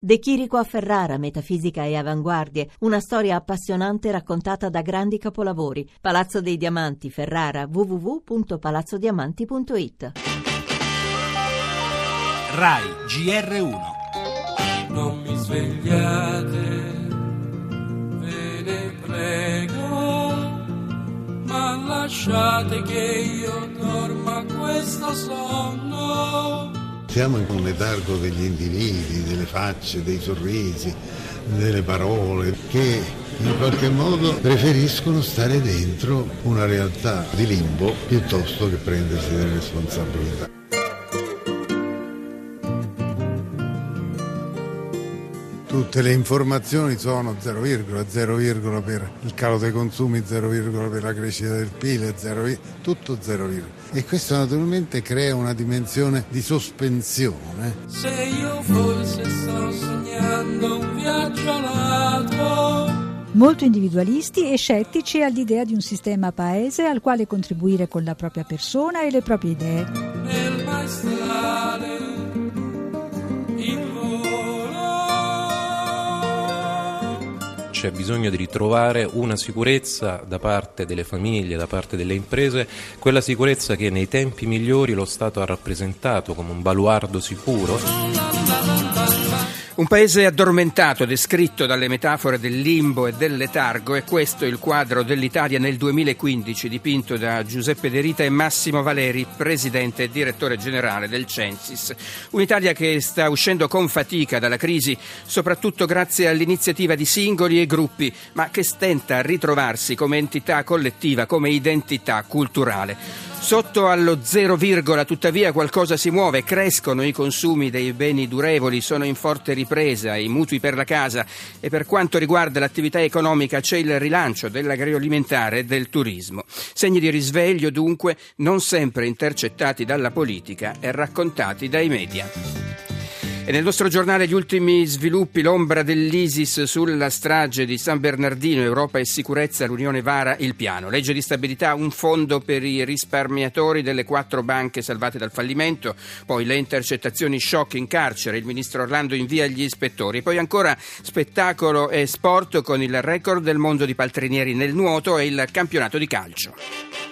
De Chirico a Ferrara, metafisica e avanguardie, una storia appassionante raccontata da grandi capolavori. Palazzo dei Diamanti, Ferrara, www.palazzodiamanti.it. Rai GR1. Non mi svegliate, ve ne prego, ma lasciate che io dorma questo sonno. Siamo in un letargo degli individui, delle facce, dei sorrisi, delle parole che in qualche modo preferiscono stare dentro una realtà di limbo piuttosto che prendersi delle responsabilità. Tutte le informazioni sono 0, per il calo dei consumi, 0, per la crescita del PIL, 0, tutto 0. E questo naturalmente crea una dimensione di sospensione. Se io forse sto sognando un viaggio lato. Molto individualisti e scettici all'idea di un sistema paese al quale contribuire con la propria persona e le proprie idee. Nel maestrale in volo. C'è bisogno di ritrovare una sicurezza da parte delle famiglie, da parte delle imprese, quella sicurezza che nei tempi migliori lo Stato ha rappresentato come un baluardo sicuro. Un paese addormentato, descritto dalle metafore del limbo e del letargo, è questo il quadro dell'Italia nel 2015, dipinto da Giuseppe De Rita e Massimo Valeri, presidente e direttore generale del Censis. Un'Italia che sta uscendo con fatica dalla crisi, soprattutto grazie all'iniziativa di singoli e gruppi, ma che stenta a ritrovarsi come entità collettiva, come identità culturale. Sotto allo 0, tuttavia qualcosa si muove, crescono i consumi dei beni durevoli, sono in forte ripresa i mutui per la casa e per quanto riguarda l'attività economica c'è il rilancio dell'agroalimentare e del turismo. Segni di risveglio dunque non sempre intercettati dalla politica e raccontati dai media. E nel nostro giornale gli ultimi sviluppi, l'ombra dell'ISIS sulla strage di San Bernardino, Europa e sicurezza, l'Unione vara il piano. Legge di stabilità, un fondo per i risparmiatori delle 4 banche salvate dal fallimento, poi le intercettazioni shock in carcere, il ministro Orlando invia gli ispettori, poi ancora spettacolo e sport con il record del mondo di paltrinieri nel nuoto e il campionato di calcio.